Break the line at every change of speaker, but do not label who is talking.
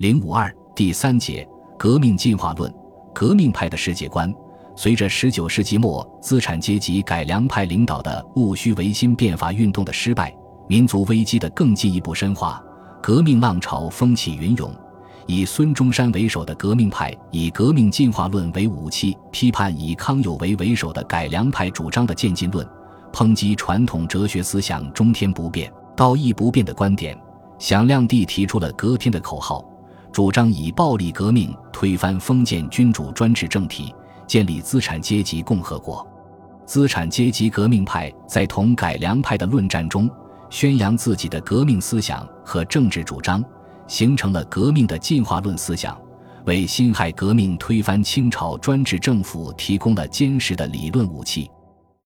052第3节革命进化论。革命派的世界观随着19世纪末资产阶级改良派领导的戊戌维新变法运动的失败，民族危机的更进一步深化，革命浪潮风起云涌。以孙中山为首的革命派以革命进化论为武器，批判以康有为为首的改良派主张的渐进论，抨击传统哲学思想中天不变道义不变的观点，响亮地提出了革天的口号，主张以暴力革命推翻封建君主专制政体，建立资产阶级共和国。资产阶级革命派在同改良派的论战中宣扬自己的革命思想和政治主张，形成了革命的进化论思想，为辛亥革命推翻清朝专制政府提供了坚实的理论武器。